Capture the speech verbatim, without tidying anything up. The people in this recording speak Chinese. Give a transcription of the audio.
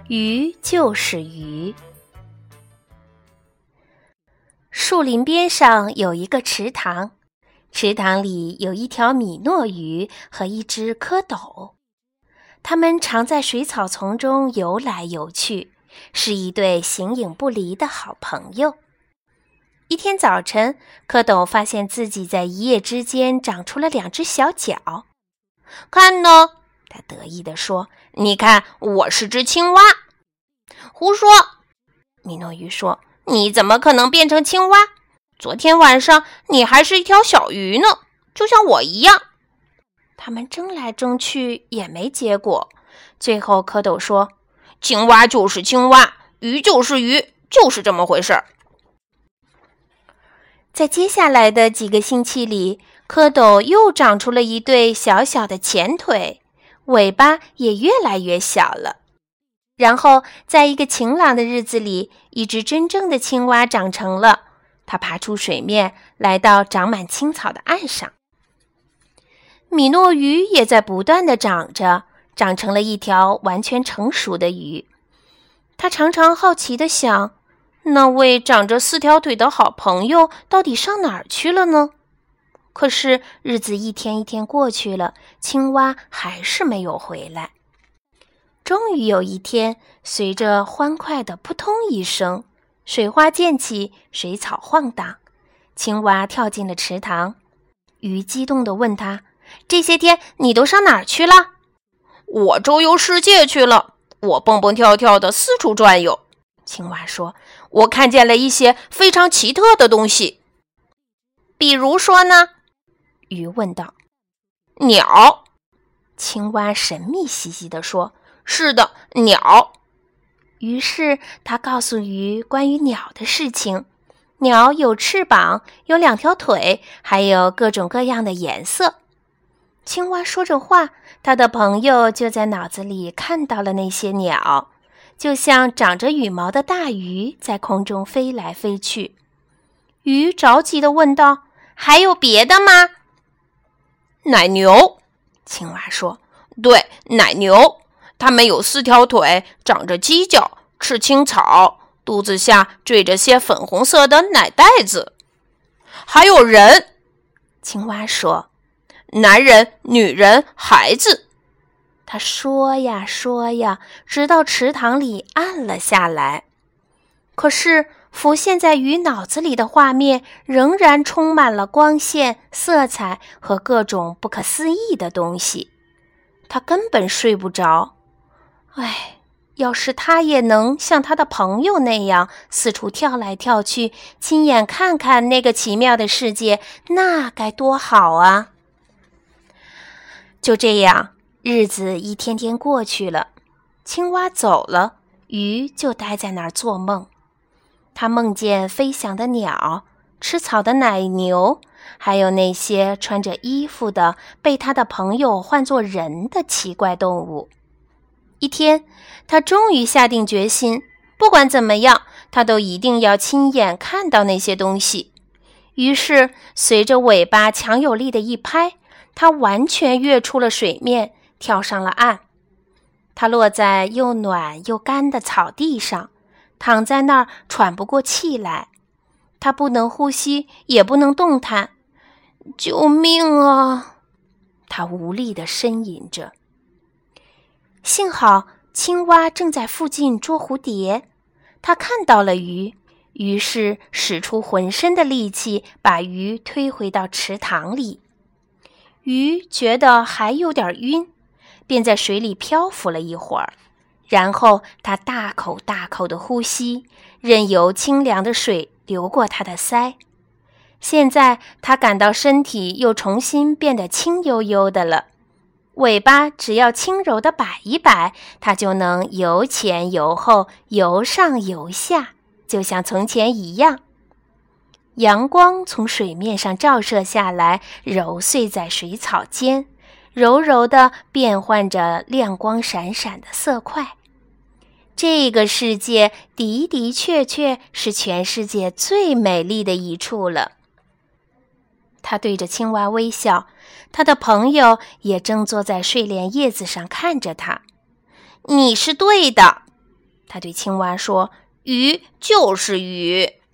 鱼就是鱼。树林边上有一个池塘，池塘里有一条米诺鱼和一只蝌蚪，它们常在水草丛中游来游去，是一对形影不离的好朋友。一天早晨，蝌蚪发现自己在一夜之间长出了两只小脚。 看呢， 他得意地说， 你看，我是只青蛙。胡说，米诺鱼说，你怎么可能变成青蛙？昨天晚上你还是一条小鱼呢，就像我一样。 他们争来争去也没结果，最后蝌蚪说， 青蛙就是青蛙，鱼就是鱼，就是这么回事儿。 在接下来的几个星期里，蝌蚪又长出了一对小小的前腿，尾巴也越来越小了。然后在一个晴朗的日子里，一只真正的青蛙长成了，它爬出水面，来到长满青草的岸上。米诺鱼也在不断地长着，长成了一条完全成熟的鱼。它常常好奇地想，那位长着四条腿的好朋友到底上哪儿去了呢？可是日子一天一天过去了，青蛙还是没有回来。终于有一天，随着欢快的扑通一声，水花溅起，水草晃荡，青蛙跳进了池塘。鱼激动地问他，这些天你都上哪儿去了？ 我周游世界去了，我蹦蹦跳跳的四处转悠。 青蛙说， 我看见了一些非常奇特的东西。 比如说呢？鱼问道。 鸟。 青蛙神秘兮兮地说， 是的，鸟。 于是他告诉鱼关于鸟的事情。鸟有翅膀，有两条腿，还有各种各样的颜色。青蛙说着话，他的朋友就在脑子里看到了那些鸟，就像长着羽毛的大鱼在空中飞来飞去。鱼着急地问道，还有别的吗？ 奶牛。 青蛙说， 对，奶牛。它们有四条腿，长着犄角，吃青草，肚子下缀着些粉红色的奶袋子。还有人。 青蛙说， 男人、女人、孩子。 他说呀说呀，直到池塘里暗了下来。可是浮现在鱼脑子里的画面仍然充满了光线、色彩和各种不可思议的东西。他根本睡不着。唉，要是他也能像他的朋友那样四处跳来跳去，亲眼看看那个奇妙的世界，那该多好啊！就这样，日子一天天过去了，青蛙走了，鱼就待在那儿做梦。他梦见飞翔的鸟，吃草的奶牛，还有那些穿着衣服的被他的朋友唤作人的奇怪动物。一天，他终于下定决心，不管怎么样，他都一定要亲眼看到那些东西。于是随着尾巴强有力的一拍，他完全跃出了水面，跳上了岸。他落在又暖又干的草地上，躺在那儿喘不过气来。他不能呼吸，也不能动弹。救命啊！他无力地呻吟着。幸好青蛙正在附近捉蝴蝶，他看到了鱼，于是使出浑身的力气把鱼推回到池塘里。鱼觉得还有点晕，便在水里漂浮了一会儿，然后他大口大口地呼吸，任由清凉的水流过他的腮。现在他感到身体又重新变得轻悠悠的了，尾巴只要轻柔地摆一摆，它就能由前由后，由上由下，就像从前一样。阳光从水面上照射下来，揉碎在水草间，柔柔地变换着亮光闪闪的色块。这个世界的的确确是全世界最美丽的一处了。他对着青蛙微笑，他的朋友也正坐在睡莲叶子上看着他。你是对的， 他对青蛙说：“ 鱼就是鱼。”